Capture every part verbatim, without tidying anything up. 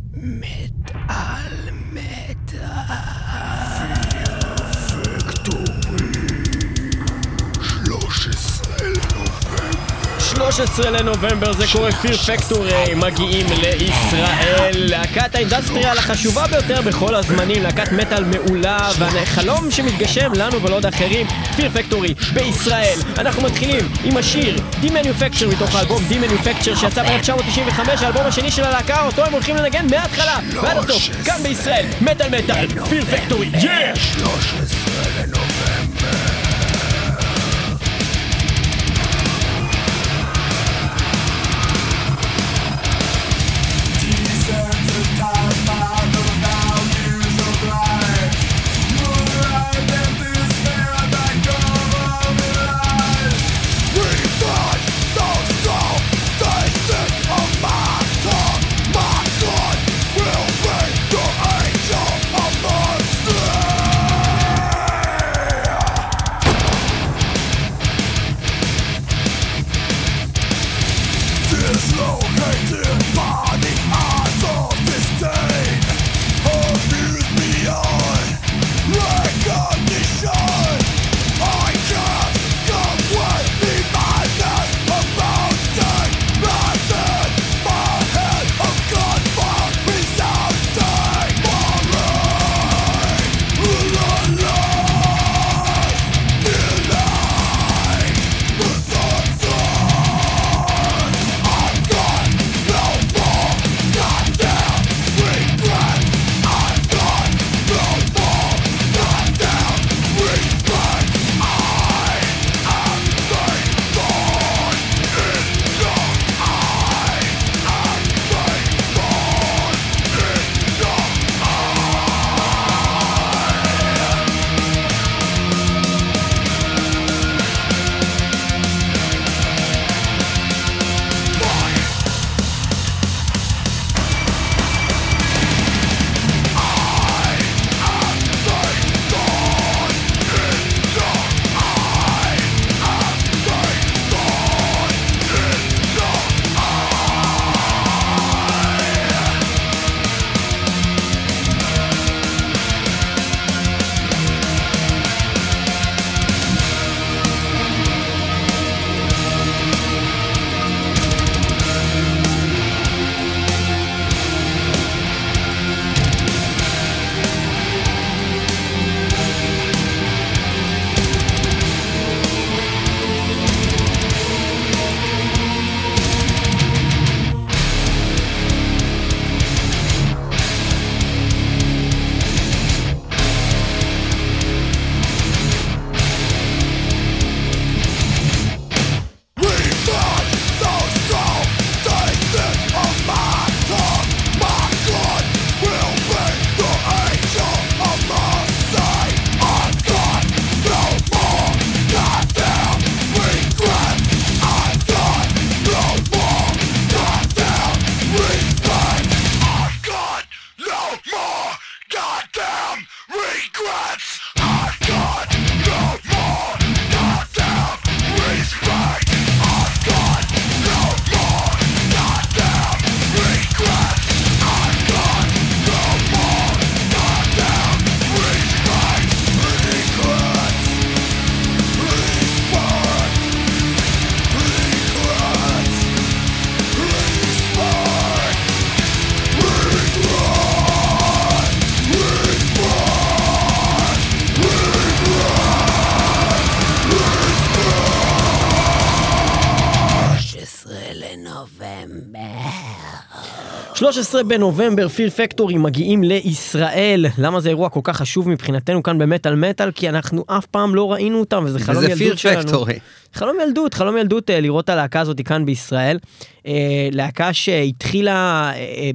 מטל, מטל. שלוש עשרה לנובמבר זה קורה, פיר פקטורי מגיעים לישראל, להקת האינדסטריאל החשובה ביותר בכל הזמנים, להקת מטל מעולה והחלום שמתגשם לנו ולעוד אחרים, פיר פקטורי בישראל. אנחנו מתחילים עם השיר Demanufacture מתוך האלבום Demanufacture שיצא ב-אלף תשע מאות תשעים וחמש, האלבום השני של הלהקה, אותו הם הולכים לנגן מההתחלה ועד הסוף, כאן בישראל. מטל מטל, פיר פקטורי, יא! שלוש עשרה לנובמבר שלוש עשרה בנובמבר, פיר פקטורי מגיעים לישראל. למה זה אירוע כל כך חשוב מבחינתנו כאן במטל מטל? כי אנחנו אף פעם לא ראינו אותם, וזה חלום ילדות שלנו. וזה פיר פקטורי. חלום ילדות, חלום ילדות לראות את הלהקה הזאת כאן בישראל. להקה שהתחילה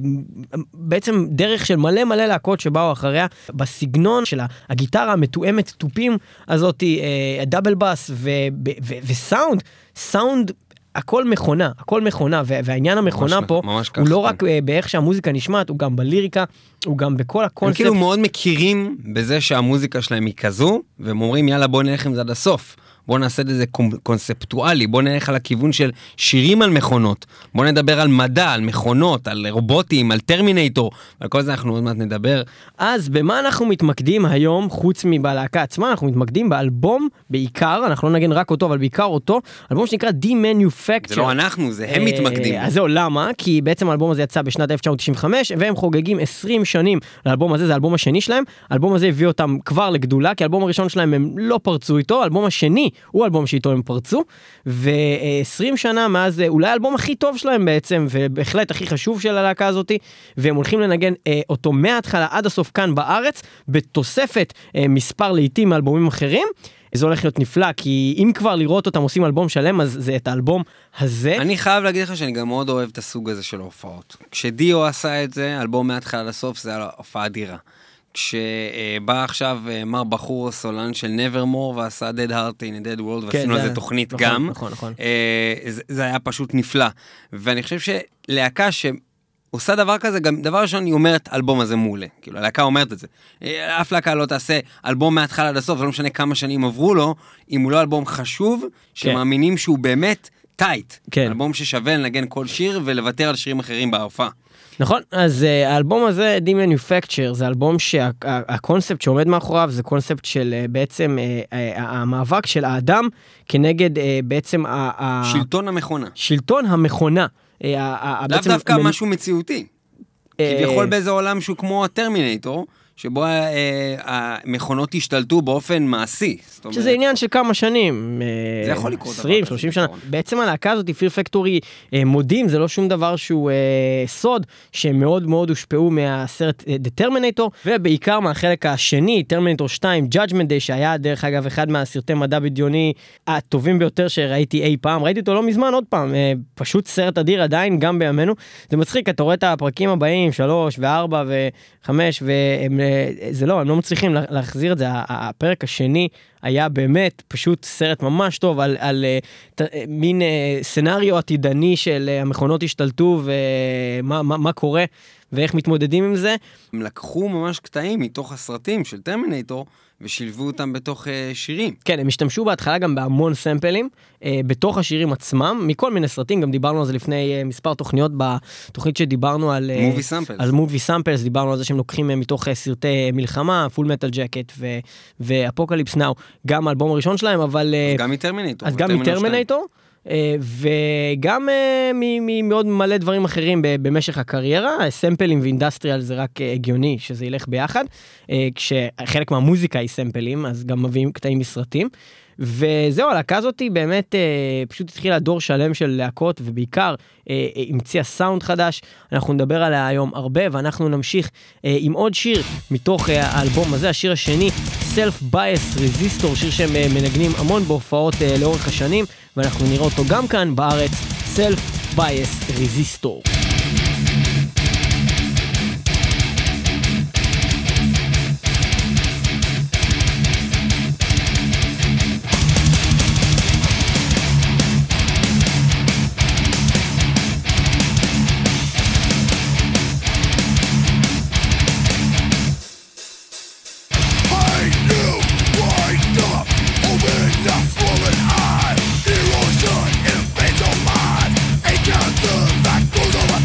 בעצם דרך של מלא מלא להקות שבאו אחריה, בסגנון של הגיטרה המתואמת טופים הזאת, דאבל בס וסאונד, סאונד הכל מכונה, הכל מכונה, והעניין המכונה פה, הוא לא רק באיך שהמוזיקה נשמעת, הוא גם בליריקה, הוא גם בכל הקונספט. הם כאילו מאוד מכירים בזה שהמוזיקה שלהם היא כזו, והם אומרים, יאללה בוא נלך עם זה עד הסוף. בוא נעשה את זה קונספטואלי, בוא נלך על הכיוון של שירים על מכונות, בוא נדבר על מדע, על מכונות, על רובוטים, על טרמינטור, על כל זה אנחנו עוד מעט נדבר. אז במה אנחנו מתמקדים היום, חוץ מבלהקה עצמה, אנחנו מתמקדים באלבום בעיקר, אנחנו לא נגן רק אותו, אבל בעיקר אותו, אלבום שנקרא Demanufacture. זה לא אנחנו, זה הם מתמקדים. אז זהו, למה? כי בעצם האלבום הזה יצא בשנת אלף תשע מאות תשעים וחמש, והם חוגגים עשרים שנים לאלבום הזה, זה האלבום השני שלהם, האלבום הזה הביא אותם כבר לגדולה, כי האלבום הראשון שלהם הם לא פרצו איתו, האלבום השני הוא האלבום שאיתו הם פרצו, ו-עשרים שנה מאז, אולי האלבום הכי טוב שלהם בעצם, ובהחלט הכי חשוב של הלהקה הזאת, והם הולכים לנגן אה, אותו מההתחלה עד הסוף כאן בארץ, בתוספת אה, מספר לעיתים מאלבומים אחרים. זה הולך להיות נפלא, כי אם כבר לראות אותם עושים אלבום שלם, אז זה את האלבום הזה. אני חייב להגיד לך שאני גם מאוד אוהב את הסוג הזה של ההופעות. כשדיו עשה את זה, אלבום מההתחלה לסוף, זה היה הופעה אדירה. כשבא עכשיו מר בחור סולן של Nevermore, ועשה Dead Heart in a Dead World, ועשינו על זה תוכנית גם. נכון, נכון. זה היה פשוט נפלא. ואני חושב שלהקה ש... עושה דבר כזה, גם דבר ראשון היא אומרת, אלבום הזה מעולה. כאילו, הלהקה אומרת את זה. אף להקה לא תעשה אלבום מההתחלה עד הסוף, זה לא משנה כמה שנים עברו לו, אם הוא לא אלבום חשוב, שמאמינים שהוא באמת טייט. כן. אלבום ששווה לנגן כל שיר, ולוותר על שירים אחרים בהופעה. נכון, אז uh, האלבום הזה, Demanufacture, זה אלבום שהקונספט שעומד מאחוריו, זה קונספט של uh, בעצם uh, uh, המאבק של האדם, כנגד uh, בעצם... שלטון המכונה. שלטון המכונה. לאו דווקא משהו מציאותי. כביכול באיזה עולם שהוא כמו הטרמינטור, שבו המכונות השתלטו באופן מעשי. שזה עניין של כמה שנים. זה יכול לקרות. עשרים שלושים שנה. בעצם הלהקה הזאת, פיר פקטורי, מודים, זה לא שום דבר שהוא סוד, שהם מאוד מאוד הושפעו מהסרט The Terminator, ובעיקר מהחלק השני, Terminator שתיים, Judgment Day, שהיה דרך אגב אחד מהסרטי מדע בדיוני הטובים ביותר שראיתי אי פעם. ראיתי אותו לא מזמן עוד פעם. פשוט סרט אדיר עדיין, גם בימינו. זה מצחיק, אתה רואה את הפרקים הבאים, שלוש וארבע וחמש, והם זה לא, הם לא מצליחים להחזיר את זה. הפרק השני היה באמת פשוט סרט ממש טוב על, על ת, מין סנריו עתידני של המכונות השתלטו ומה מה, מה קורה ואיך מתמודדים עם זה. הם לקחו ממש קטעים מתוך הסרטים של טרמינטור ושילבו אותם בתוך uh, שירים. כן, הם השתמשו בהתחלה גם בהמון סמפלים, uh, בתוך השירים עצמם, מכל מיני סרטים, גם דיברנו על זה לפני uh, מספר תוכניות, בתוכנית שדיברנו על... מובי סמפלס. על מובי סמפלס, דיברנו על זה שהם לוקחים uh, מתוך uh, סרטי מלחמה, פול מטל ג'קט ואפוקליפס נאו, גם האלבום הראשון שלהם, אבל... Uh, אז גם מטרמינטור. אז גם מטרמינטור. וגם ממאוד מלא דברים אחרים במשך הקריירה, סמפלים ואינדסטריאל זה רק הגיוני שזה ילך ביחד, כשחלק מהמוזיקה היא סמפלים, אז גם מביאים קטעים מסרטים, וזהו, הלהקה הזאת היא באמת פשוט התחילה דור שלם של להקות, ובעיקר המציאה סאונד חדש, אנחנו נדבר עליה היום הרבה, ואנחנו נמשיך עם עוד שיר מתוך האלבום הזה, השיר השני, Self-Bias Resistor, שיר שהם מנגנים המון בהופעות לאורך השנים, ואנחנו נראה אותו גם כאן בארץ, Self-Bias Resistor. Goes on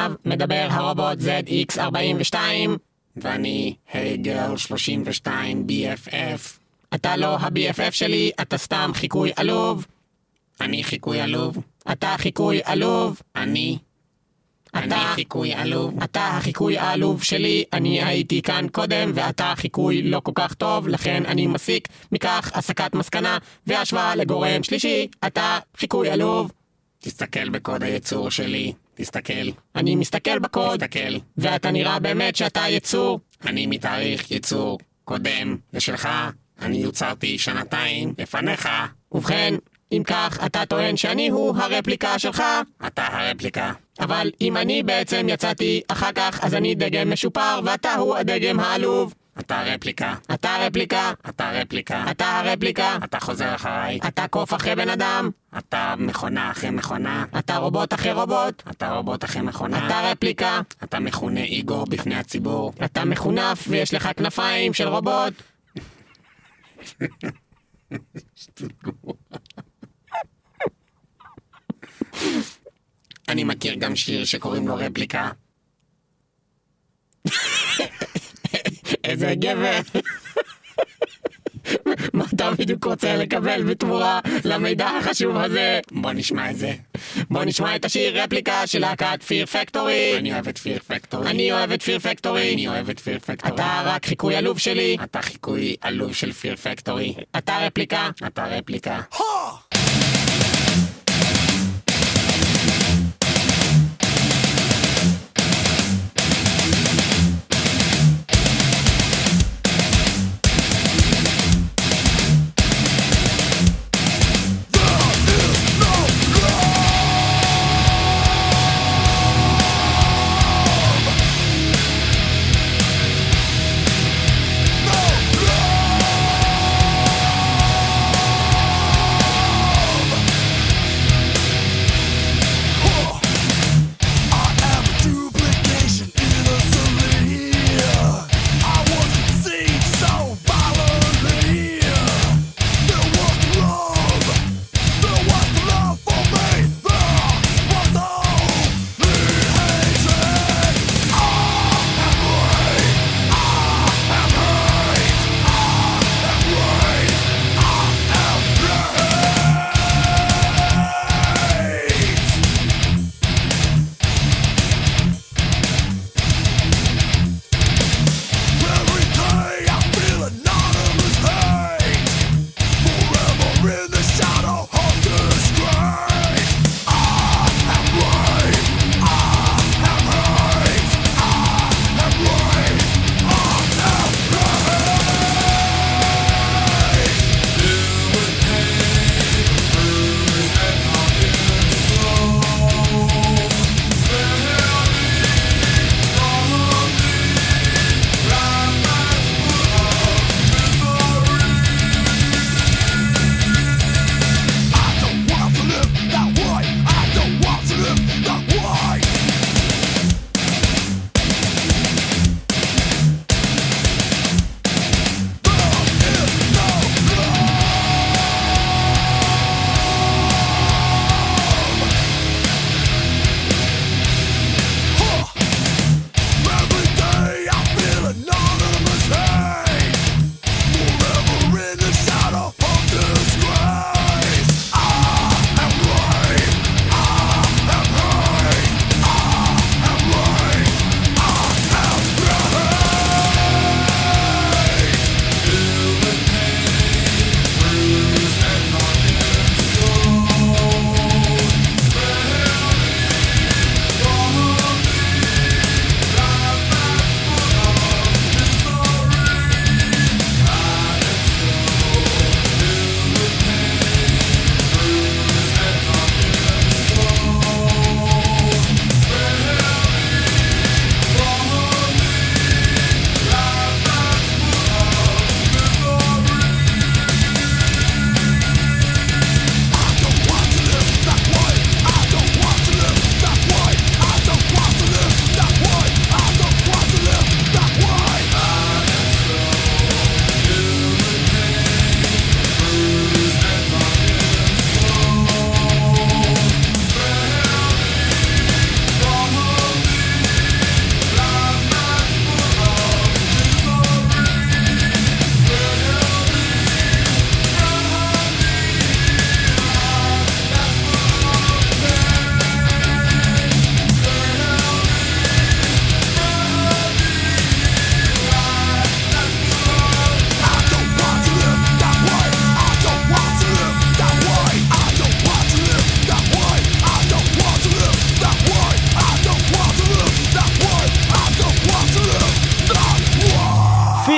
לפניו מדבר הרובוט זד אקס ארבעים ושתיים, ואני היי גרל שלושים ושתיים בי אף אף. אתה לא ה-בי אף אף שלי, אתה סתם חיקוי עלוב. אני חיקוי עלוב. אתה חיקוי עלוב. אני. אני חיקוי עלוב. אתה החיקוי העלוב שלי, אני הייתי כאן קודם, ואתה חיקוי לא כל כך טוב, לכן אני מסיק מכך הסקת מסקנה, והשוואה לגורם שלישי, אתה חיקוי עלוב. תסתכל בקוד הייצור שלי, תסתכל. אני מסתכל בקוד. תסתכל. ואתה נראה באמת שאתה יצור. אני מתאריך יצור קודם לשלך, אני יוצרתי שנתיים לפניך. ובכן, אם כך, אתה טוען שאני הוא הרפליקה שלך. אתה הרפליקה. אבל אם אני בעצם יצאתי אחר כך, אז אני דגם משופר, ואתה הוא הדגם העלוב. אתה רפליקה. אתה רפליקה. אתה רפליקה. אתה הרפליקה. אתה חוזר אחריי. אתה קוף אחרי בן אדם. אתה מכונה אחרי מכונה. אתה רובוט אחרי רובוט. אתה רובוט אחרי מכונה. אתה רפליקה. אתה מכונה איגו בפני הציבור. אתה מכונף ויש לך כנפיים של רובוט. אני מכיר גם שיר שקוראים לו רפליקה. איזה גבר. מה אתה בדיוק רוצה לקבל בתמורה למידע החשוב הזה? בוא נשמע את זה. בוא נשמע את השיר רפליקה של להקת פיר פקטורי. אני אוהב את פיר פקטורי. אני אוהב את פיר פקטורי. אני אוהב את פיר פקטורי. אתה רק חיקוי עלוב שלי. אתה חיקוי עלוב של פיר פקטורי. אתה רפליקה. אתה רפליקה.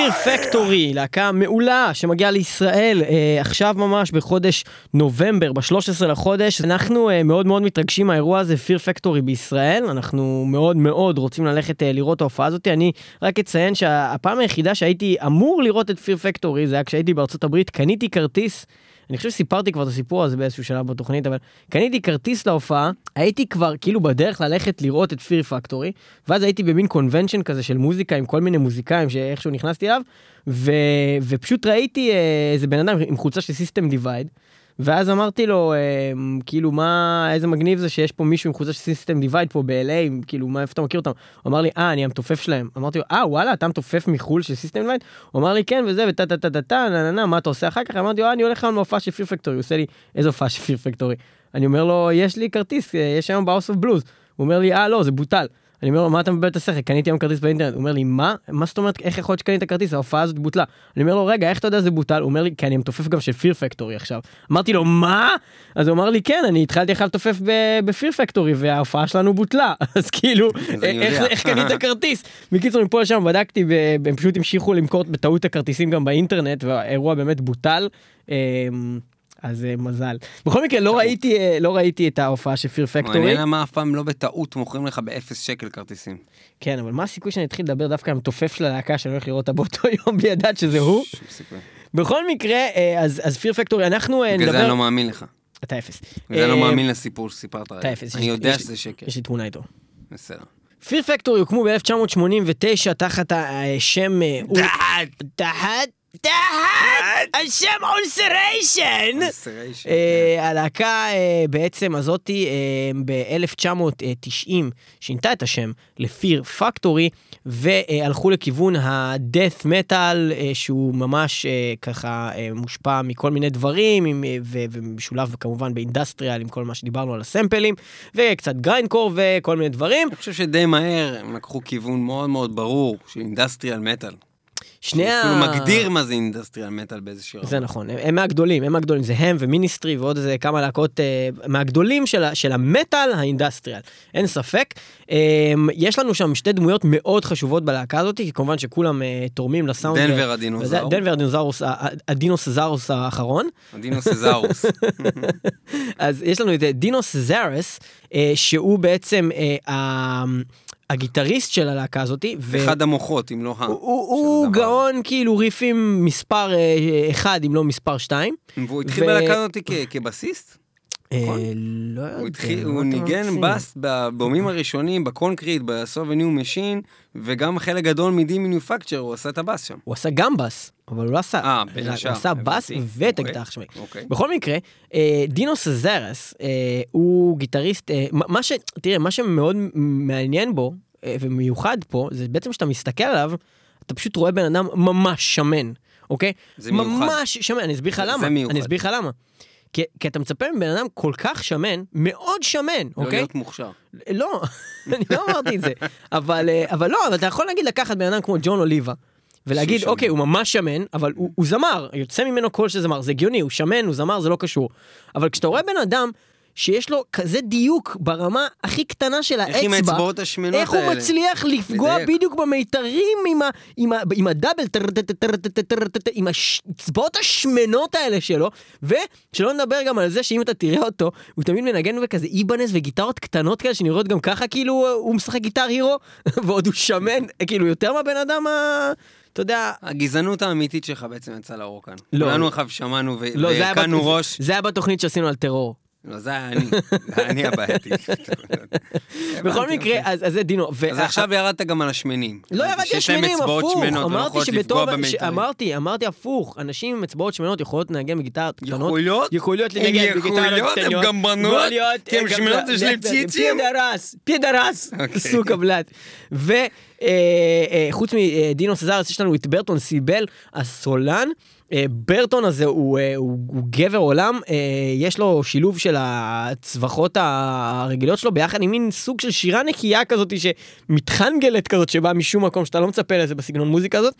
פיר פקטורי, להקה מעולה שמגיעה לישראל אה, עכשיו ממש בחודש נובמבר, ב-שלושה עשר לחודש. אנחנו אה, מאוד מאוד מתרגשים מהאירוע הזה, פיר פקטורי בישראל. אנחנו מאוד מאוד רוצים ללכת אה, לראות את ההופעה הזאת. אני רק אציין שהפעם היחידה שהייתי אמור לראות את פיר פקטורי, זה היה כשהייתי בארצות הברית, קניתי כרטיס, אני חושב שסיפרתי כבר את הסיפור הזה באיזשהו שלב בתוכנית, אבל קניתי כרטיס להופעה, הייתי כבר כאילו בדרך ללכת לראות את פיר פקטורי, ואז הייתי במין קונבנשן כזה של מוזיקה, עם כל מיני מוזיקאים שאיכשהו נכנסתי אליו, ו... ופשוט ראיתי איזה בן אדם עם חולצה של סיסטם דיווייד, ואז אמרתי לו, כאילו, מה, איזה מגניב זה שיש פה מישהו עם חולצה של סיסטם דיווייד פה ב-אל איי, כאילו, מה, איפה אתה מכיר אותם? הוא אמר לי, אה, אני המתופף שלהם. אמרתי לו, אה, וואלה, אתה המתופף מחול של סיסטם דיווייד? הוא אמר לי, כן, וזה, וטה, טה, טה, טה, טה, נה, נה, נה, מה אתה עושה אחר כך? אמרתי לו, אה, אני הולך היום להופעה של פיר פקטורי. הוא עושה לי, איזו הופעה של פיר פקטורי? אני אומר לו, יש לי כרטיס, יש היום ב-House of Blues. הוא אומר לי, אה, לא, זה בוטל. אני אומר לו, מה אתה מבלבל את השכל? קניתי היום כרטיס באינטרנט. הוא אומר לי, מה? מה זאת אומרת, איך יכול להיות שקנית כרטיס? ההופעה הזאת בוטלה. אני אומר לו, רגע, איך אתה יודע זה בוטל? הוא אומר לי, כי אני מתופף גם של פיר פקטורי עכשיו. אמרתי לו, מה? אז הוא אמר לי, כן, אני התחלתי עכשיו לתופף בפיר פקטורי, וההופעה שלנו בוטלה. אז כאילו, איך קנית כרטיס? בקיצור, מפה לשם בדקתי, והם פשוט המשיכו למכור בטעות הכרטיסים גם באינטרנט, והאירוע באמת בוטל. אז מזל. בכל מקרה, לא ראיתי, לא ראיתי את ההופעה של פיר פקטורי. מעניין למה אף פעם לא בטעות מוכרים לך באפס שקל כרטיסים. כן, אבל מה הסיכוי שאני אתחיל לדבר דווקא עם תופף של הלהקה שאני הולך לראות באותו יום בלי לדעת שזה הוא? בכל מקרה, אז, אז פיר פקטורי, אנחנו נדבר... בגלל זה אני לא מאמין לך. אתה אפס. בגלל זה אני לא מאמין לסיפור שסיפרת. אתה אפס. אני יודע שזה שקר. יש לי תמונה איתו. בסדר. פיר פקטורי הוקמו ב-אלף תשע מאות שמונים ותשע תחת השם... תחת! תחת! תחת! השם אולסריישן! הלהקה בעצם הזאתי ב-אלף תשע מאות תשעים שינתה את השם לפיר פקטורי, והלכו לכיוון הדאט מטל, שהוא ממש ככה מושפע מכל מיני דברים, ומשולב כמובן באינדסטריאל עם כל מה שדיברנו על הסמפלים, וקצת גריינדקור וכל מיני דברים. אני חושב שדי מהר הם לקחו כיוון מאוד מאוד ברור של אינדסטריאל מטל. שני ה... אפילו מגדיר מה זה אינדסטריאל מטל באיזשהו רמה. זה נכון, הם מהגדולים, הם מהגדולים, זה הם ומיניסטרי ועוד איזה כמה להקות מהגדולים של, של המטל האינדסטריאל, אין ספק. יש לנו שם שתי דמויות מאוד חשובות בלהקה הזאת, כמובן שכולם תורמים לסאונד. דנבר הדינוזאור. דנבר הדינוזאוס, הדינוסזארוס האחרון. הדינוסזארוס. אז יש לנו את דינוסזארוס, שהוא בעצם... הגיטריסט של הלהקה הזאת, אחד המוחות, אם לא ה... הוא גאון כאילו ריפים מספר אחד, אם לא מספר שתיים. והוא התחיל בלהקה הזאת כבסיסט? לא יודע. הוא ניגן בס בבומים הראשונים, בקונקריט, בסוברניו משין, וגם חלק גדול מדי מניופקצ'ר, הוא עשה את הבס שם. הוא עשה גם בס, אבל הוא לא עשה... הוא עשה בס ואת הגיטרה החשמלית. בכל מקרה, דינוסזארוס הוא גיטריסט, מה ש... תראה, מה שמאוד מעניין בו, ומיוחד פה, זה בעצם שאתה מסתכל עליו, אתה פשוט רואה בן אדם ממש שמן, אוקיי? זה מיוחד. ממש שמן, אני אסביר לך למה. אני אסביר לך למה. כי, כי אתה מצפה מבן אדם כל כך שמן, מאוד שמן, לא אוקיי? להיות מוכשר. לא, אני לא אמרתי את זה. אבל, אבל לא, אבל אתה יכול להגיד לקחת בן אדם כמו ג'ון אוליבה, ולהגיד, אוקיי, הוא ממש שמן, אבל הוא, הוא זמר, יוצא ממנו כל שזמר, זה הגיוני, הוא שמן, הוא זמר, זה לא קשור. אבל כשאתה רואה בן אדם, שיש לו כזה דיוק ברמה הכי קטנה של האצבע, איך עם האצבעות השמנות האלה? איך הוא מצליח לפגוע בדיוק במיתרים עם הדאבל, עם האצבעות השמנות האלה שלו, ושלא נדבר גם על זה שאם אתה תראה אותו, הוא תמיד מנגן בכזה איבנס וגיטרות קטנות כאלה, שנראות גם ככה כאילו הוא משחק גיטר הירו, ועוד הוא שמן, כאילו יותר מהבן אדם ה... אתה יודע... הגזענות האמיתית שלך בעצם יצא לאור כאן. כולנו אחר שמענו והקענו ראש. זה היה בתוכנית שעשינו על טרור. לא, זה היה אני, זה היה אני הבעייתי. בכל מקרה, אז זה דינו. אז עכשיו ירדת גם על השמנים. לא ירדתי על השמנים, הפוך. אמרתי שבתור, אמרתי, אמרתי הפוך. אנשים עם אצבעות שמנות יכולות לנגן בגיטרות קטנות. יכולות? יכולות לנגן בגיטרות קטנות. הם גם בנות, כי הם שמנות יש להם ציצים. פידרס, פידרס, סוג הבלט. וחוץ מדינוסזארוס יש לנו את ברטון סיבל, הסולן. ברטון הזה הוא, הוא, הוא גבר עולם, יש לו שילוב של הצווחות הרגילות שלו ביחד עם מין סוג של שירה נקייה כזאת שמתחנגלת כזאת שבאה משום מקום שאתה לא מצפה לזה בסגנון מוזיקה הזאת.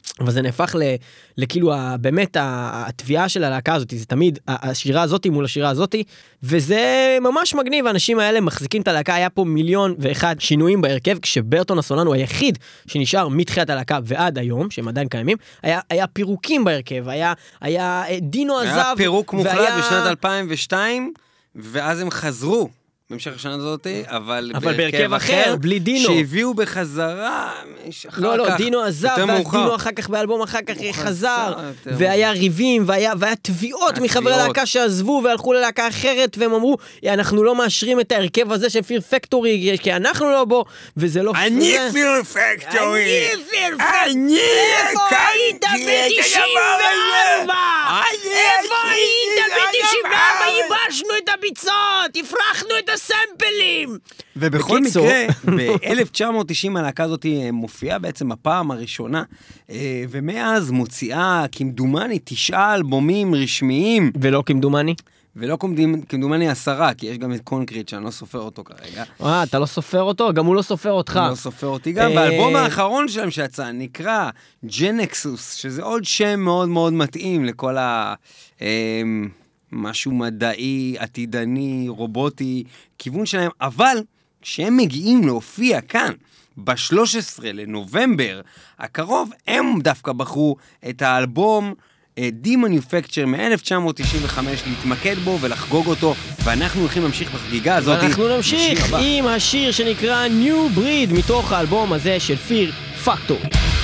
אבל זה נהפך לכאילו באמת התביעה של הלהקה הזאת, זה תמיד השירה הזאת מול השירה הזאת, וזה ממש מגניב, האנשים האלה מחזיקים את הלהקה, היה פה מיליון ואחד שינויים בהרכב, כשברטון הסולן הוא היחיד שנשאר מתחילת הלהקה ועד היום, שהם עדיין קיימים, היה, היה פירוקים בהרכב, היה, היה דינו עזב, היה פירוק מוחלט והיה... בשנת אלפיים ושתיים, ואז הם חזרו. במשך השנה הזאת, אבל, אבל בהרכב אחר, בלי דינו. שהביאו בחזרה, לא, לא, דינו עזב, ואז דינו אחר כך באלבום אחר כך חזר, והיה ריבים, והיה, והיה תביעות מחברי להקה שעזבו, והלכו ללהקה אחרת, והם אמרו, אנחנו לא מאשרים את ההרכב הזה של פיר פקטורי, כי אנחנו לא בו, וזה לא... אני פיר פקטורי! אני פיר פקטורי! איפה היית ב-תשעים וארבע? איפה היית ב-תשעים וארבע? ייבשנו את הביצות, הפרחנו את הסמפלים. ובכל מקרה, ב-אלף תשע מאות תשעים הלהקה הזאת מופיעה בעצם הפעם הראשונה, ומאז מוציאה כמדומני תשעה אלבומים רשמיים. ולא כמדומני? ולא כמדומני עשרה, כי יש גם את קונקריט שאני לא סופר אותו כרגע. אה, אתה לא סופר אותו? גם הוא לא סופר אותך. הוא לא סופר אותי גם. באלבום האחרון שלהם שיצא, נקרא ג'נקסוס, שזה עוד שם מאוד מאוד מתאים לכל ה... משהו מדעי, עתידני, רובוטי, כיוון שלהם, אבל כשהם מגיעים להופיע כאן, ב-שלושה עשר לנובמבר הקרוב, הם דווקא בחרו את האלבום D-Manufacture מ-אלף תשע מאות תשעים וחמש, להתמקד בו ולחגוג אותו, ואנחנו הולכים להמשיך בחגיגה הזאת. ואנחנו נמשיך עם השיר שנקרא New Breed, מתוך האלבום הזה של פיר פקטורי.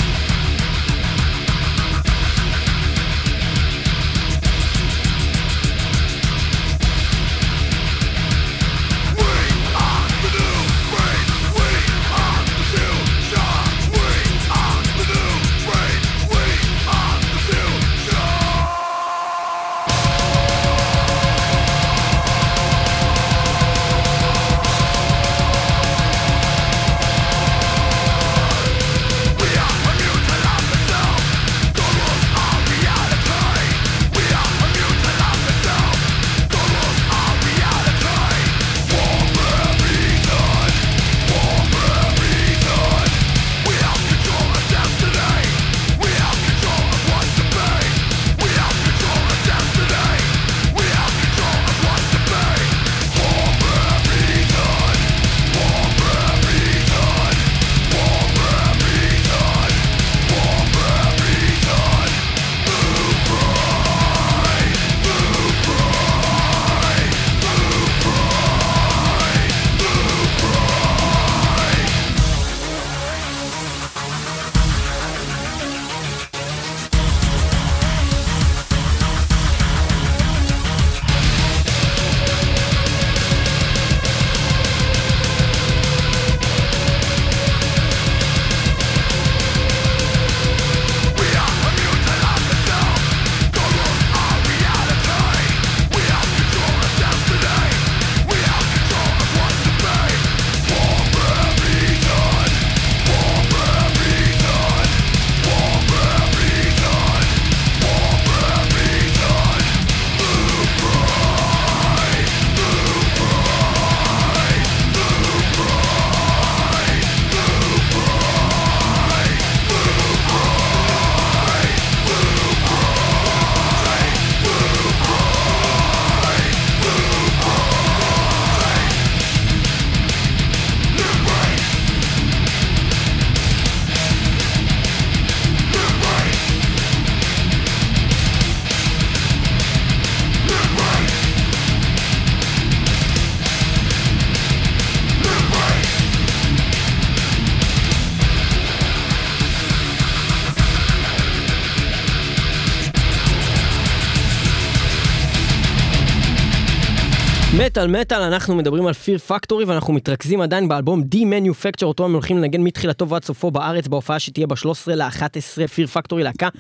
מטל מטל, אנחנו מדברים על פיר פקטורי, ואנחנו מתרכזים עדיין באלבום D-Manufacture, אותו הם הולכים לנגן מתחילתו ועד סופו בארץ, בהופעה שתהיה ב-שלושה עשר לאחת עשרה, פיר פקטורי להקה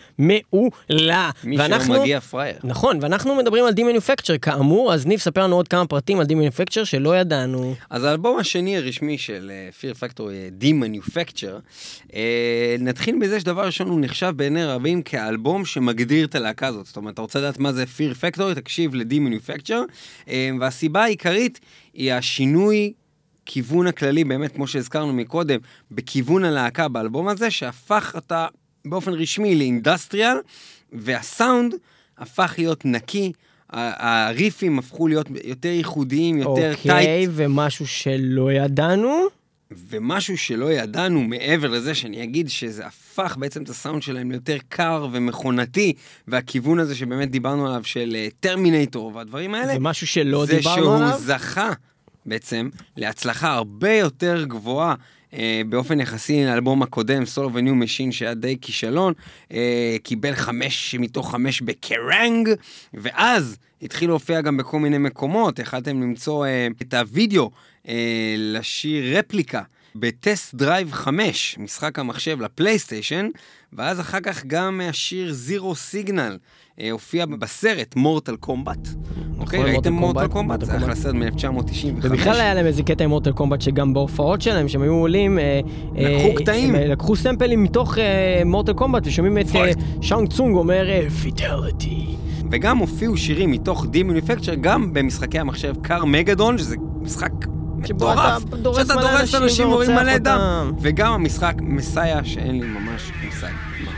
מעולה. מי שלא מגיע פרייר. נכון, ואנחנו מדברים על D-Manufacture, כאמור, אז ניב, ספר לנו עוד כמה פרטים על D-Manufacture שלא ידענו. אז האלבום השני הרשמי של פיר פקטורי, D-Manufacture, נתחיל בזה שדבר ראשון הוא נחשב בעיני רבים כאלבום שמגדיר את הלהקה הזאת. זאת אומרת, אתה רוצה לדעת מה זה פיר פקטורי, תקשיב ל-D-Manufacture, והסיבה העיקרית היא השינוי כיוון הכללי, באמת כמו שהזכרנו מקודם, בכיוון הלהקה באלבום הזה, שהפך אותה באופן רשמי לאינדסטריאל, והסאונד הפך להיות נקי, הריפים הפכו להיות יותר ייחודיים, יותר טייט. אוקיי, ומשהו שלא ידענו? ומשהו שלא ידענו מעבר לזה שאני אגיד שזה הפך בעצם את הסאונד שלהם ליותר קר ומכונתי, והכיוון הזה שבאמת דיברנו עליו של טרמינטור והדברים האלה, זה משהו שלא דיברנו עליו? זה שהוא זכה בעצם להצלחה הרבה יותר גבוהה, אה, באופן יחסי לאלבום הקודם, Soul of a New Machine, שהיה די כישלון, אה, קיבל חמש מתוך חמש בקרנג, ואז התחיל להופיע גם בכל מיני מקומות, יכלתם למצוא אה, את הוידאו אה, לשיר רפליקה, בטסט דרייב חמש, משחק המחשב לפלייסטיישן, ואז אחר כך גם השיר זירו סיגנל, הופיע בסרט מורטל קומבט. אוקיי, ראיתם מורטל קומבט? זה היה סרט מ-אלף תשע מאות תשעים וחמש. ובכלל היה להם איזה קטע עם מורטל קומבט, שגם בהופעות שלהם, שהם היו עולים, לקחו קטעים. לקחו סמפלים מתוך מורטל קומבט, ושומעים את שאנג צונג אומר, פיטליטי. וגם הופיעו שירים מתוך די מניפקצ'ר, גם במשחקי המחשב קאר מגדון, שזה משחק מטורף, שאתה דורס אנשים ורואים מלא דם. וגם המשחק מסייע, שאין לי ממש מושג.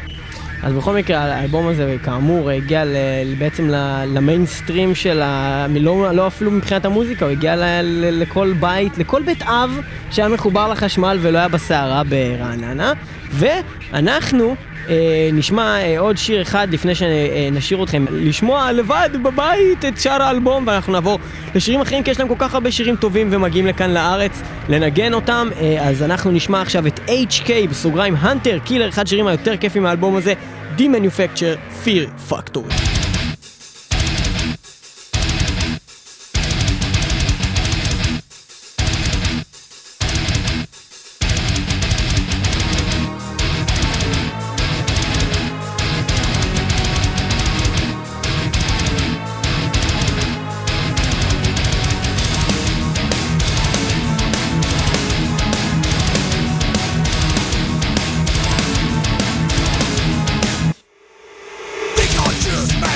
אז בכל מקרה, האלבום הזה, כאמור, הגיע בעצם למיינסטרים של ה... לא אפילו מבחינת המוזיקה, הוא הגיע לכל בית, לכל בית אב שהיה מחובר לחשמל ולא היה בסערה ברעננה. ואנחנו נשמע עוד שיר אחד לפני שנשאיר אתכם לשמוע לבד בבית את שאר האלבום, ואנחנו נעבור לשירים אחרים, כי יש להם כל כך הרבה שירים טובים ומגיעים לכאן לארץ לנגן אותם. אז אנחנו נשמע עכשיו את אייץ' קיי בסוגריים הנטר קילר, אחד שירים היותר כיפים מהאלבום הזה, די מניפקצ'ר Fear Factory. Just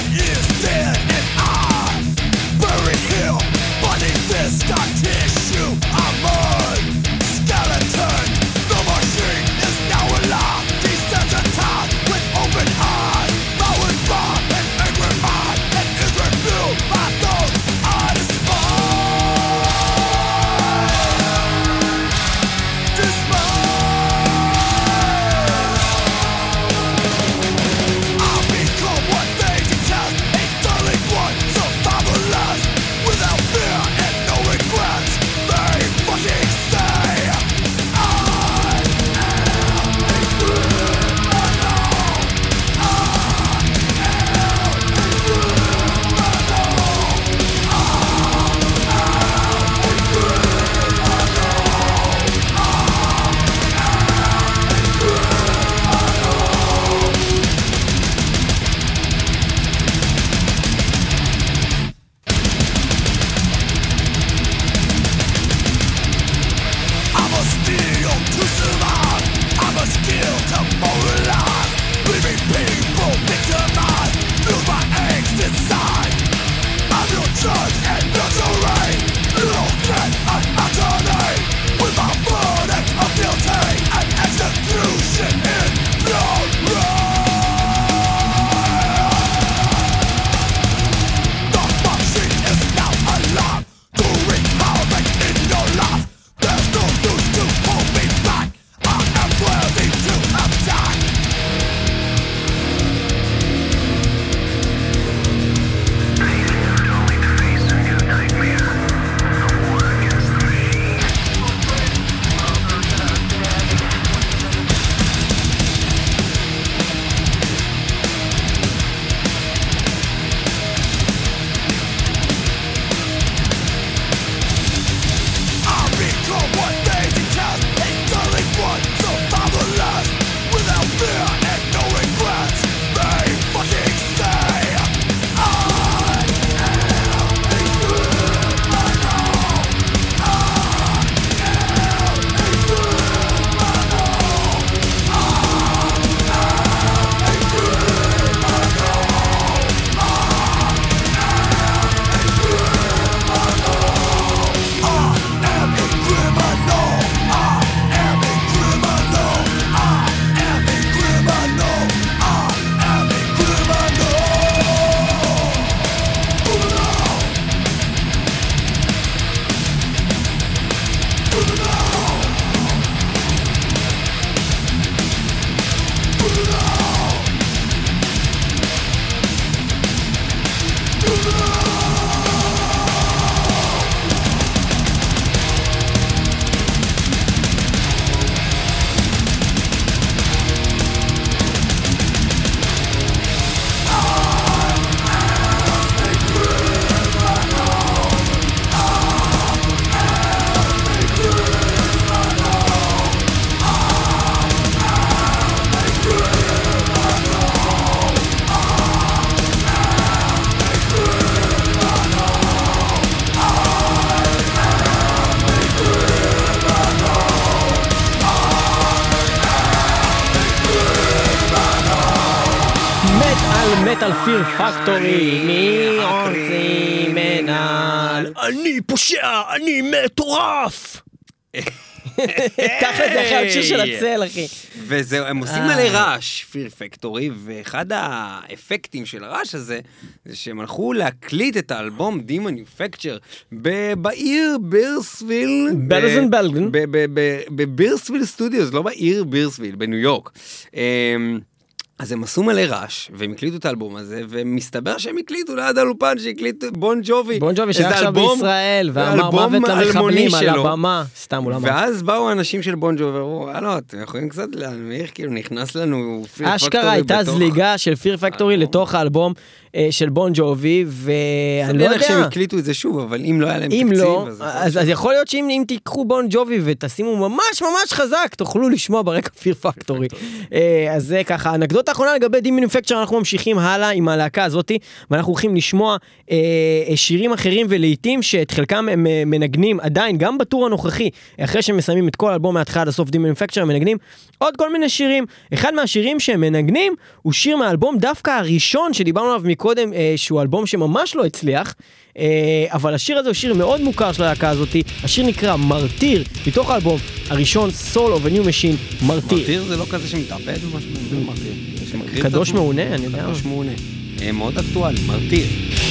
מטל מטל פיר פקטורי, מי רוצים מנהל? אני פושע, אני מטורף! ככה זה אחרי השיר של הצל, אחי. וזהו, הם עושים מלא רעש, פיר פקטורי, ואחד האפקטים של הרעש הזה, זה שהם הלכו להקליט את האלבום D-Manufacture בעיר בירסוויל. בלזן בלגן. בבירסוויל סטודיוס, לא בעיר בירסוויל, בניו יורק. אז הם עשו מלא רעש, והם הקליטו את האלבום הזה, ומסתבר שהם הקליטו ליד האולפן שהקליט בון ג'ובי. בון ג'ובי שהיה עכשיו בישראל, ואמר מוות למחבלים על הבמה, סתם אולי. ואז באו האנשים של בון ג'ובי, ואמרו, הלו, אתם יכולים קצת להנמיך, כאילו נכנס לנו פיר פקטורי. אשכרה הייתה זליגה של פיר פקטורי לתוך האלבום של בון ג'ובי, ואני לא יודע. שהם הקליטו את זה שוב, אבל אם לא היה להם תקציב, אם לא, אז יכול להיות שאם תיקחו בון ג'ובי ותשימו ממש ממש חזק, תוכלו לשמוע ברקע פיר פקטורי. אז זה ככה, האנקדוטה האחרונה לגבי D-Manufacture, אנחנו ממשיכים הלאה עם הלהקה הזאת, ואנחנו הולכים לשמוע שירים אחרים ולעיתים שאת חלקם הם מנגנים עדיין, גם בטור הנוכחי, אחרי שהם מסיימים את כל האלבום מההתחלה עד הסוף, D-Manufacture הם מנגנים עוד כל מיני שירים. אחד מהשירים שהם מנגנים הוא שיר מהאלבום דווקא הראשון שדיברנו עליו מקודם, שהוא אלבום שממש לא הצליח, אבל השיר הזה הוא שיר מאוד מוכר של הלהקה הזאת. השיר נקרא מרטיר, מתוך האלבום הראשון, Soul of a New Machine, מרטיר. מרטיר זה לא כזה שמתאבד או משהו? קדוש מעונה, אני יודע. קדוש מעונה. מאוד אקטואלי, מרטיר.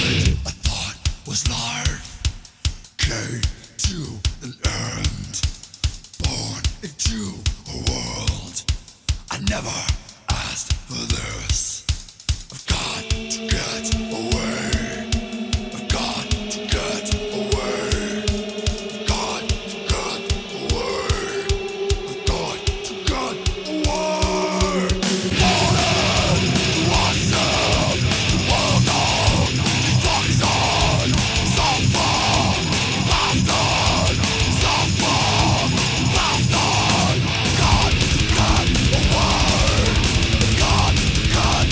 I never asked for this. I've got to get away. I've got to get away. I've got to get away. I've got to get away. Morning, what's up? Well done, toxin, sulfur, bastard, sulfur, bastard. God, God, away. God, God.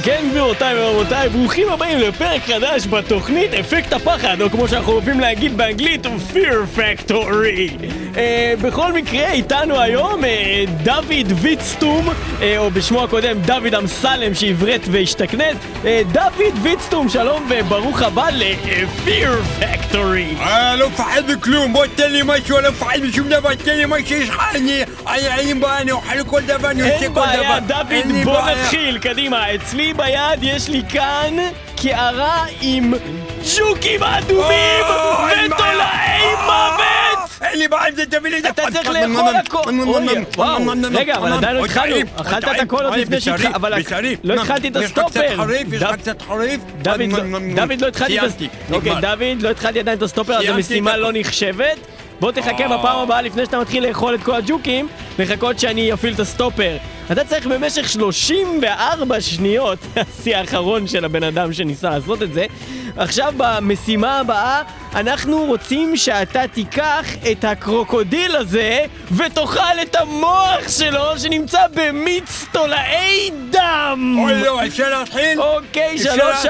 כן גבירותיי ורבותיי, ברוכים הבאים לפרק חדש בתוכנית אפקט הפחד, או כמו שאנחנו אוהבים להגיד באנגלית, Fear Factory. uh, בכל מקרה, איתנו היום uh, דוד ויצטום, uh, או בשמו הקודם דוד אמסלם שעברת והשתכנס. uh, דוד ויצטום, שלום וברוך הבא ל-Fear Factory. אה, לא מפחד בכלום, בוא תן לי משהו, לא מפחד בשום דבר, תן לי מה שיש לך, אני, אני, אני בא, אני אוכל כל דבר, אני עושה כל דבר. אין בעיה, דוד, בוא נתחיל, קדימה. אצלי ביד יש לי כאן קערה עם ג'וקים אדומים ותולעי מוות! אין לי בעיה, זה תביא לי את אתה צריך לאכול הכל! אוי, וואו, רגע, אבל עדיין לא התחלנו, אכלת את הכל עוד לפני שהתחלתי, אבל לא התחלתי את הסטופר! יש לך קצת חריף, יש לך קצת חריף? דוד, לא התחלתי את הסטופר! אוקיי, דוד, לא התחלתי עדיין את הסטופר, אז המשימה לא נחשבת. בוא תחכה בפעם הבאה לפני שאתה מתחיל לאכול את כל הג'וקים, לחכות שאני אפעיל את הסטופר. אתה צריך במשך שלושים וארבע שניות, השיא האחרון של הבן אדם שניסה לעשות את זה. עכשיו במשימה הבאה אנחנו רוצים שאתה תיקח את הקרוקודיל הזה ותאכל את המוח שלו שנמצא במיץ תולעי דם. אוי לא, אפשר להתחיל? אוקיי, שלוש,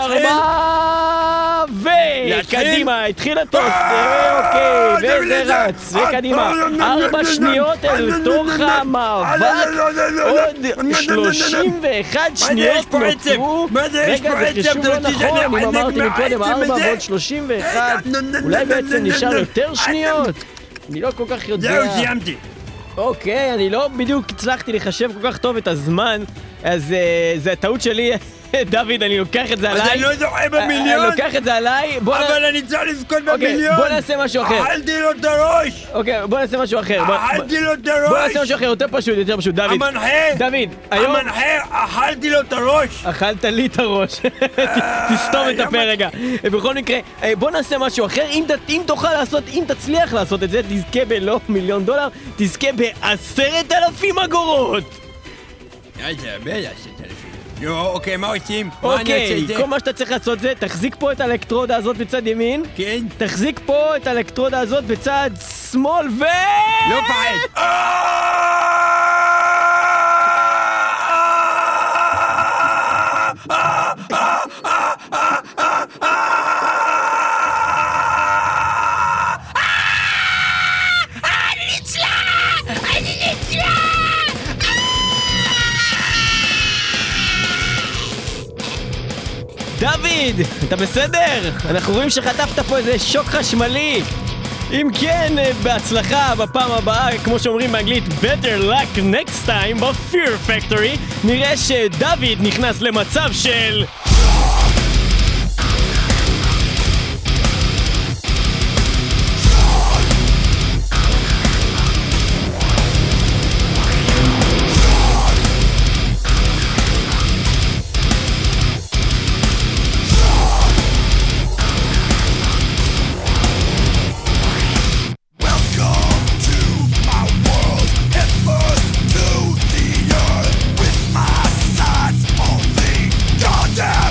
ארבע וקדימה, התחיל הטוס. אוקיי, וזה רץ, וקדימה ארבע שניות אל תוך המאבק. עוד שלושים ואחת שניות נותרו. רגע, זה חישוב לא נכון, אם אמרתי מקודם ארבע ועוד שלושים ואחת, אולי בעצם נשאר יותר שניות? אני לא כל כך יודע. זהו, סיימתי. אוקיי, אני לא בדיוק הצלחתי לחשב כל כך טוב את הזמן, אז זה הטעות שלי. דוד, אני לוקח את זה עליי. אני לא זוכה במיליון. אני לוקח את זה עליי. אבל אני צריך לזכות במיליון. בוא נעשה משהו אחר. אכלתי לו את הראש. אוקיי, בוא נעשה משהו אחר. אכלתי לו את הראש. בוא נעשה משהו אחר, יותר פשוט, יותר פשוט. דוד. המנחה. דוד, היום... המנחה, אכלתי לו את הראש. אכלת לי את הראש. תסתום את הפה רגע. בכל מקרה, בוא נעשה משהו אחר. אם תוכל לעשות, אם תצליח לעשות את זה, תזכה בלא מיליון דולר, תזכה בעשרת אלפים אגורות. אוקיי, מה עושים? אוקיי, כל מה שאתה צריך לעשות זה, תחזיק פה את האלקטרודה הזאת בצד ימין. כן. תחזיק פה את האלקטרודה הזאת בצד שמאל ו... לא פחד. דוד, אתה בסדר? אנחנו רואים שחטפת פה איזה שוק חשמלי. אם כן, בהצלחה בפעם הבאה, כמו שאומרים באנגלית, better luck next time ב-Fear Factory. נראה שדוד נכנס למצב של... Down!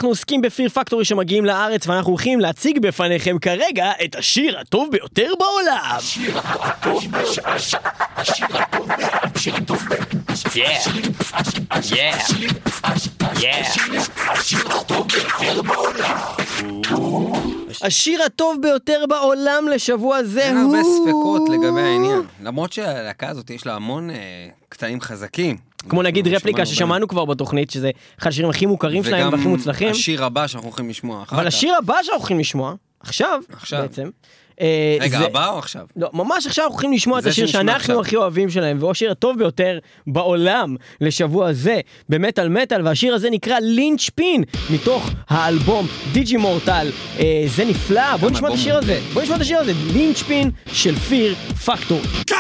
אנחנו עוסקים בפיר פקטורי שמגיעים לארץ, ואנחנו הולכים להציג בפניכם כרגע את השיר הטוב ביותר בעולם. השיר הטוב ביותר, השיר הטוב בעולם. השיר הטוב ביותר בעולם לשבוע זה הוא... אין הרבה ספקות לגבי העניין, למרות שהלהקה הזאת יש לה המון קטעים חזקים. כמו נגיד רפליקה ששמענו כבר בתוכנית, שזה אחד השירים הכי מוכרים שלהם והכי מוצלחים. וגם השיר הבא שאנחנו הולכים לשמוע אחר כך. אבל השיר הבא שאנחנו הולכים לשמוע, עכשיו, בעצם. רגע, הבא או עכשיו? לא, ממש עכשיו אנחנו הולכים לשמוע את השיר שאנחנו הכי אוהבים שלהם, והוא השיר הטוב ביותר בעולם לשבוע זה, במטל מטל, והשיר הזה נקרא לינץ' פין, מתוך האלבום דיג'י מורטל. זה נפלא, בואו נשמע את השיר הזה, בואו נשמע את השיר הזה, לינץ' פין של פיר פקטורי.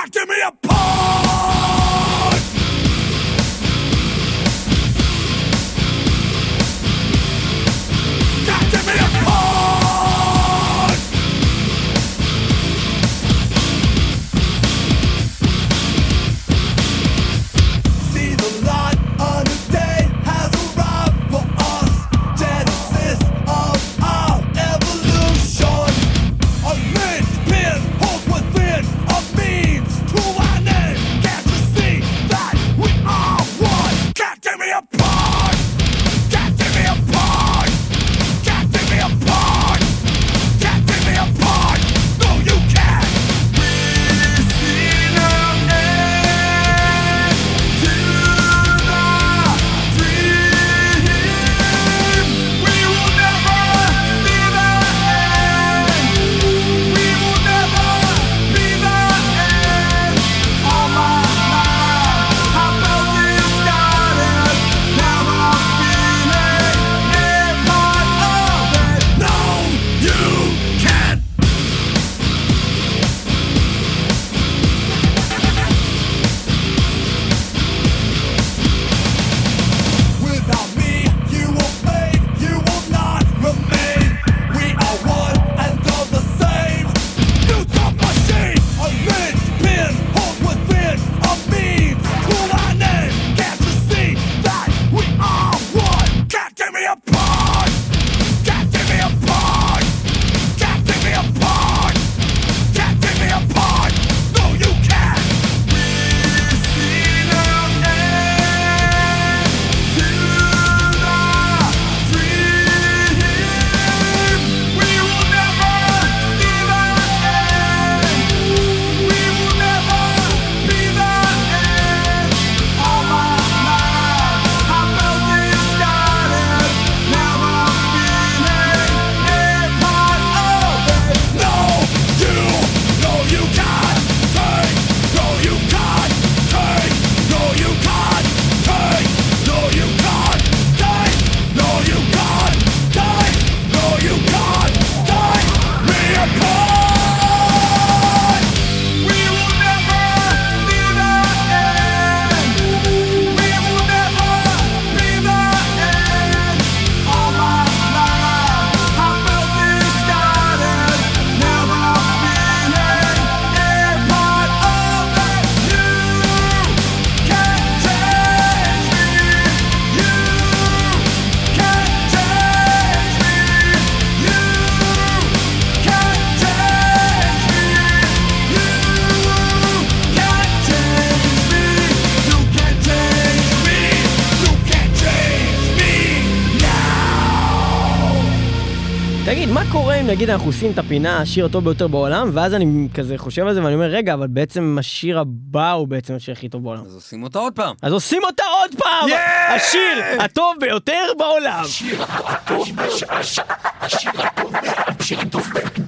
נגיד אנחנו עושים את הפינה השיר הטוב ביותר בעולם, ואז אני כזה חושב על זה ואני אומר רגע, אבל בעצם השיר הבא הוא בעצם השיר הכי טוב בעולם. אז עושים אותה עוד פעם. אז עושים אותה עוד פעם! השיר הטוב ביותר בעולם. השיר הטוב ביותר, השיר הטוב ביותר, השיר הטוב ביותר.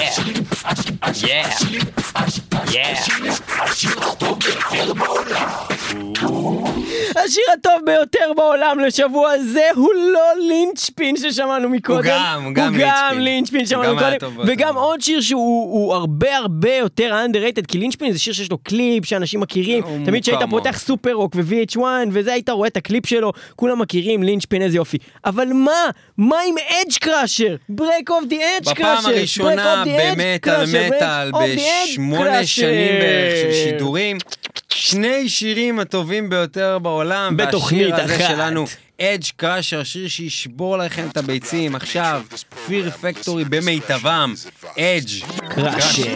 השיר הטוב ביותר בעולם. השיר הטוב ביותר בעולם לשבוע זה הוא לא לינץ' פין ששמענו מקודם. הוא גם, הוא גם, הוא גם לינץ' פין ששמענו מקודם. וגם עוד שיר שהוא הרבה הרבה יותר underrated, כי לינץ' פין זה שיר שיש לו קליפ שאנשים מכירים. תמיד שהיית פותח סופר רוק ו-וי אייץ' וואן וזה היית רואה את הקליפ שלו, כולם מכירים לינץ' פין, איזה יופי. אבל מה? מה עם אדג' קראשר? ברייק אוף די אדג' קראשר. בפעם הראשונה במטל מטל בשמונה שנים בערך של שידורים, שני שירים הטובים ביותר בעולם, בתוכנית והשיר הזה אחת. שלנו אדג' קראשר, שיר שישבור לכם את הביצים. עכשיו, פיר פקטורי במיטבם, אדג' קראשר.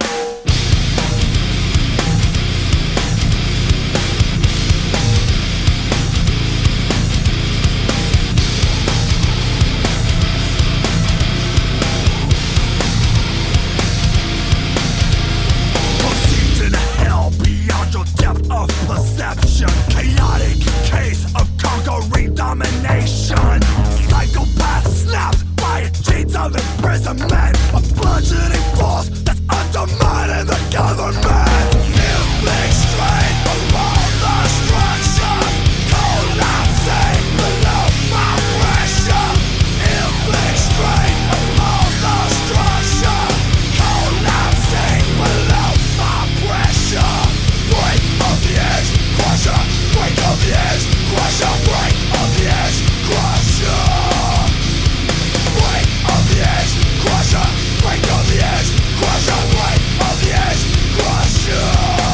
Chaotic case of conquering domination. Psychopath snapped by chains of imprisonment. A bludgeoning force that's undermining the government. Inflict strain upon the structure, collapsing below my pressure. Inflict strain upon the structure, collapsing below my pressure. Break of the edge, crusher. Break of the edge, crusher. Break of the edge, crusher. Break of the edge, crusher. Break of the edge, crusher. Break of the edge, crusher.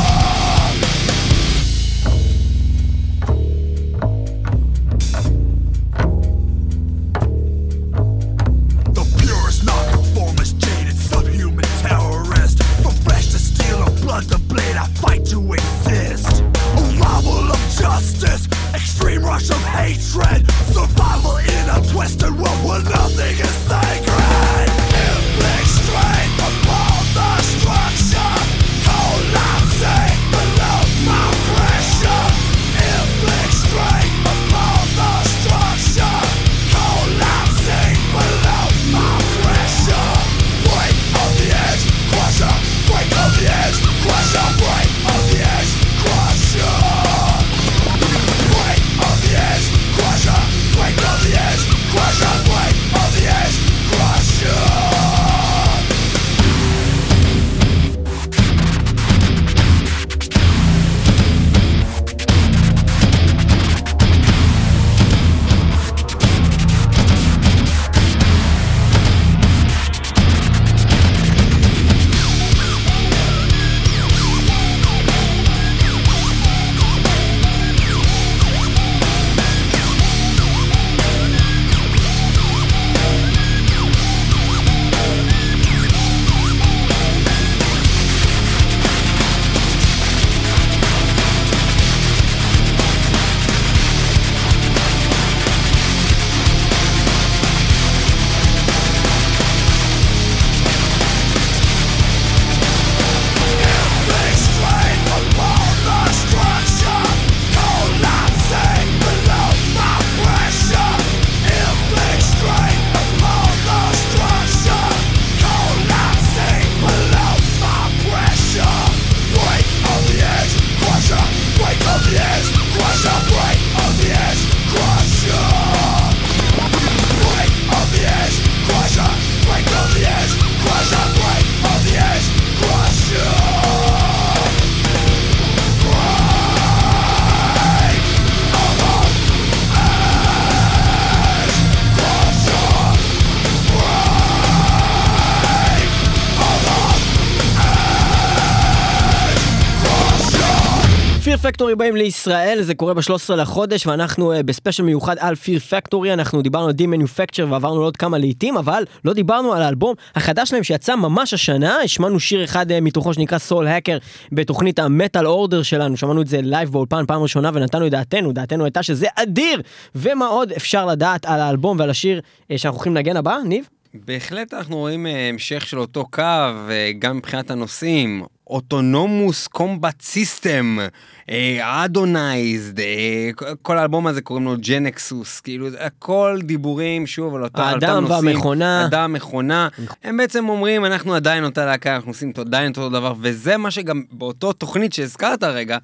The purest nonconformist, jaded subhuman terrorist. From flesh to steel and blood to blade, I fight to exist. Arrival of justice, extreme rush of hatred. Survival in a twisted world where nothing is sacred. Inflict strain upon the structure, collapsing below my pressure. Inflict strain upon the structure, collapsing below my pressure. Break of the edge, crusher. Break of the edge, crusher. Break of the edge, crusher. Break of the edge, crusher. Break of the edge, crusher. Break of the edge, crusher. פקטורי באים לישראל, זה קורה ב-שלושה עשר לחודש, ואנחנו uh, בספיישל מיוחד על פיר פקטורי, אנחנו דיברנו על די-מניופקצ'ר ועברנו לעוד כמה לעיתים, אבל לא דיברנו על האלבום החדש שלהם שיצא ממש השנה, השמענו שיר אחד uh, מתוכו שנקרא סול הקר בתוכנית המטל אורדר שלנו, שמענו את זה לייב באולפן פעם ראשונה ונתנו את דעתנו, דעתנו הייתה שזה אדיר, ומה עוד אפשר לדעת על האלבום ועל השיר uh, שאנחנו הולכים לנגן הבא, ניב? בהחלט אנחנו רואים המשך של אותו קו, גם מבחינת הנושאים, אוטונומוס קומבט סיסטם, אדונייזד, כל האלבום הזה קוראים לו ג'נקסוס, כאילו הכל דיבורים שוב על אותם נושאים. האדם והמכונה. אדם, מכונה, הם בעצם אומרים אנחנו עדיין אותה להקה, אנחנו עושים עדיין אותו דבר, וזה מה שגם באותו תוכנית שהזכרת הרגע,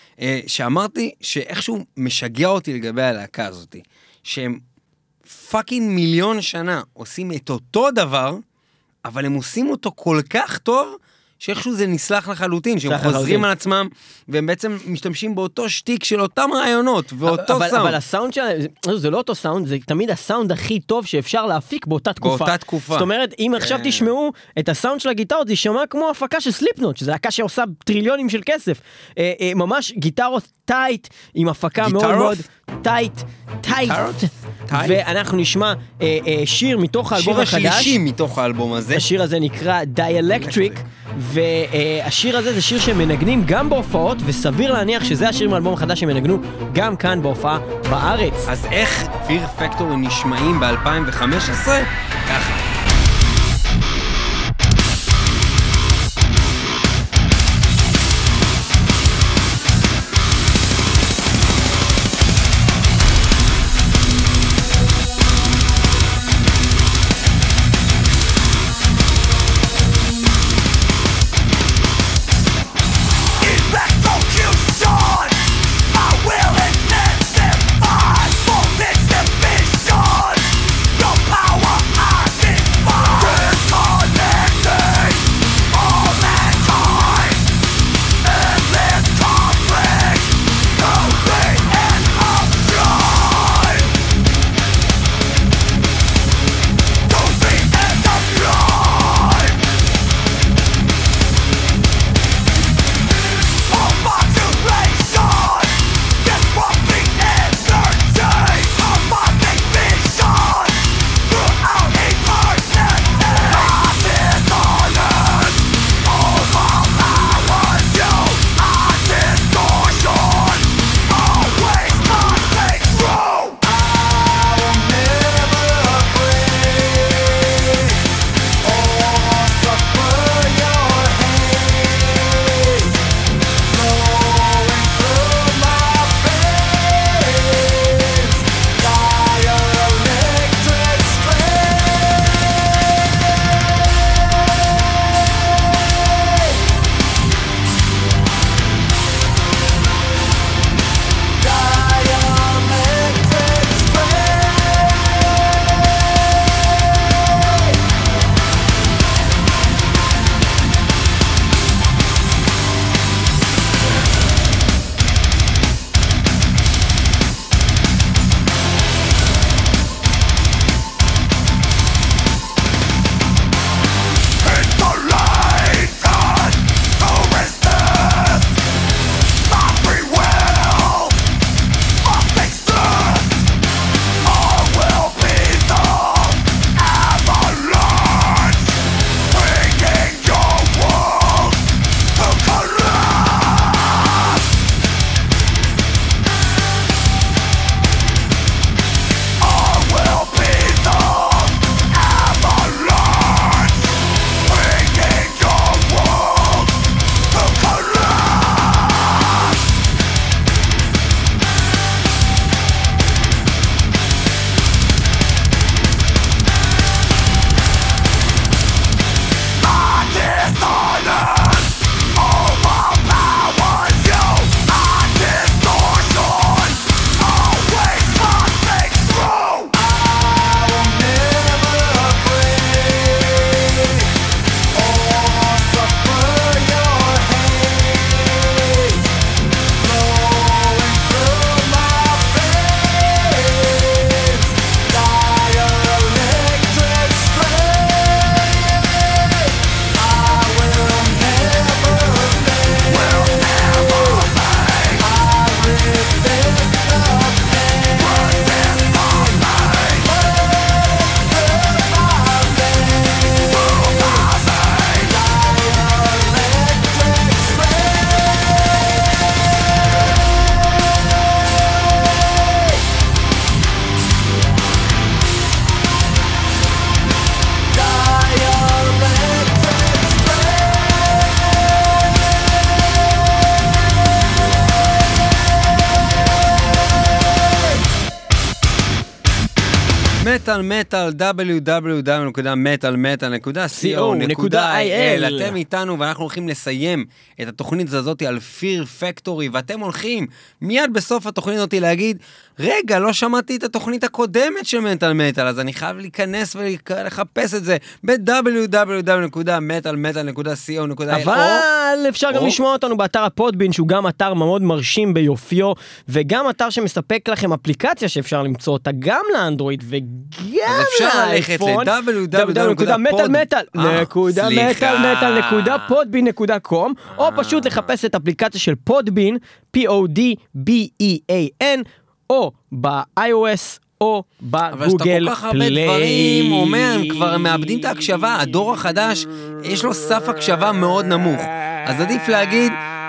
שאמרתי שאיכשהו משגע אותי לגבי הלהקה הזאת, שהם פאקינג מיליון שנה עושים את אותו דבר, אבל הם עושים אותו כל כך טוב, שאיכשהו זה נסלח לחלוטין, שהם חוזרים על עצמם, והם בעצם משתמשים באותו שטיק של אותם רעיונות, ואותו סאונד. אבל הסאונד שלהם, זה לא אותו סאונד, זה תמיד הסאונד הכי טוב שאפשר להפיק באותה תקופה. באותה תקופה. זאת אומרת, אם עכשיו תשמעו את הסאונד של הגיטרות, זה יישמע כמו הפקה של סליפנוט, שזה הקה שעושה טריליונים של כסף. ממש גיטרות טייט, עם הפקה מאוד מאוד טייט, טייט. ואנחנו נשמע שיר מתוך האלבום החדש. שיר השלישי מתוך האלבום הזה. השיר הזה נקרא Dialectric, והשיר הזה זה שיר שמנגנים גם בהופעות, וסביר להניח שזה השיר מהאלבום החדש שמנגנו גם כאן בהופעה בארץ. אז איך Fear Factory נשמעים ב-אלפיים וחמש עשרה? ככה. Power, I think מטל מטל, דאבליו דאבליו דאבליו נקודה מטל מטל נקודה סי או נקודה איי אל. אתם איתנו ואנחנו הולכים לסיים את התוכנית הזאת על פיר פקטורי, ואתם הולכים מיד בסוף התוכנית הזאת להגיד, רגע, לא שמעתי את התוכנית הקודמת של מטל מטל, אז אני חייב להיכנס ולחפש את זה ב-דאבליו דאבליו דאבליו נקודה מטל מטל נקודה סי או נקודה איי אל. אבל אפשר גם לשמוע אותנו באתר הפודבין, שהוא גם אתר מאוד מרשים ביופיו, וגם אתר שמספק לכם אפליקציה שאפשר למצוא אותה גם לאנדרואיד וגם לאייפון. ל-דאבליו דאבליו דאבליו נקודה מטל מטל נקודה מטל מטל נקודה פודבין נקודה קום, או פשוט לחפש את אפליקציה של פודבין, פי או די בי אי איי אן, או ב-iOS או בגוגל פליי. אבל שאתה כל כך הרבה דברים, אומר, כבר מאבדים את ההקשבה, הדור החדש, יש לו סף הקשבה מאוד נמוך. אז עדיף להגיד,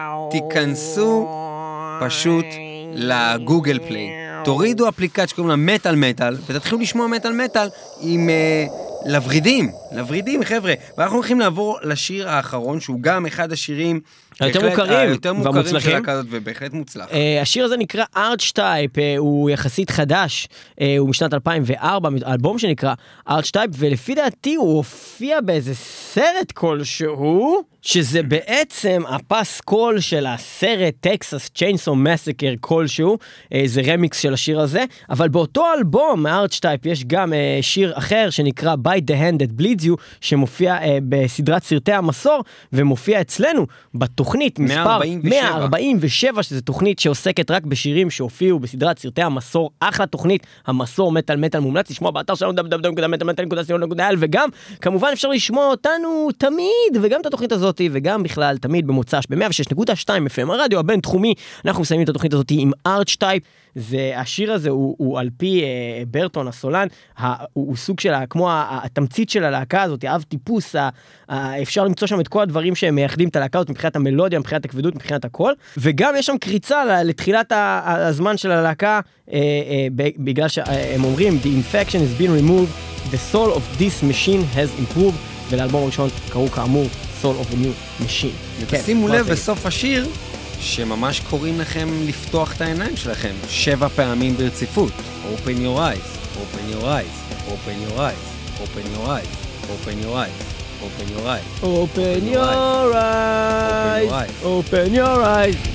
תיכנסו פשוט לגוגל פליי. תורידו אפליקציה שקוראים לה מטל מטל, ותתחילו לשמוע מטל מטל עם uh, לברידים, לברידים חבר'ה. ואנחנו הולכים לעבור לשיר האחרון, שהוא גם אחד השירים היותר מוכרים, היותר מוכרים של הכזאת, ובהחלט מוצלח. Uh, השיר הזה נקרא ארצ'טייפ, uh, הוא יחסית חדש, uh, הוא משנת אלפיים וארבע, אלבום שנקרא ארצ'טייפ, ולפי דעתי הוא הופיע באיזה סרט כלשהו, שזה בעצם הפסקול של הסרט טקסס צ'יינסו מסקר כלשהו, uh, זה רמיקס של השיר הזה, אבל באותו אלבום, ארצ'טייפ, יש גם uh, שיר אחר שנקרא Bite the Hand That Bleeds You, שמופיע uh, בסדרת סרטי המסור, ומופיע אצלנו בתוכנית מספר מאה ארבעים ושבע, שזו תוכנית שעוסקת רק בשירים שהופיעו בסדרת סרטי המסור, אחלה תוכנית, המסור מטל מטל מומלץ, לשמוע באתר שלנו דאבליו דאבליו דאבליו נקודה מטל מטל נקודה סי או נקודה איי אל, וגם כמובן אפשר לשמוע אותנו תמיד, וגם את התוכנית הזאת, וגם בכלל תמיד במוצ"ש ב-מאה ושש נקודה שתיים אף אם, הרדיו הבינתחומי. אנחנו מסיימים את התוכנית הזאת עם ארצ'טייפ. זה, השיר הזה הוא, הוא על פי אה, ברטון הסולן, ה, הוא, הוא סוג של, כמו התמצית של הלהקה הזאת, האב טיפוס, ה, ה, אפשר למצוא שם את כל הדברים שהם מייחדים את הלהקה הזאת, מבחינת המלודיה, מבחינת הכבדות, מבחינת הכל, וגם יש שם קריצה לתחילת ה, הזמן של הלהקה, אה, אה, בגלל שהם אומרים, The infection has been removed, the soul of this machine has improved, ולאלבום הראשון קראו כאמור, Soul of the New Machine. ותשימו לב בסוף השיר, שממש קוראים לכם לפתוח את העיניים שלכם שבע פעמים ברציפות. Open your eyes, open your eyes, open your eyes, open your eyes, open your eyes, open your eyes, open your eyes, open your eyes.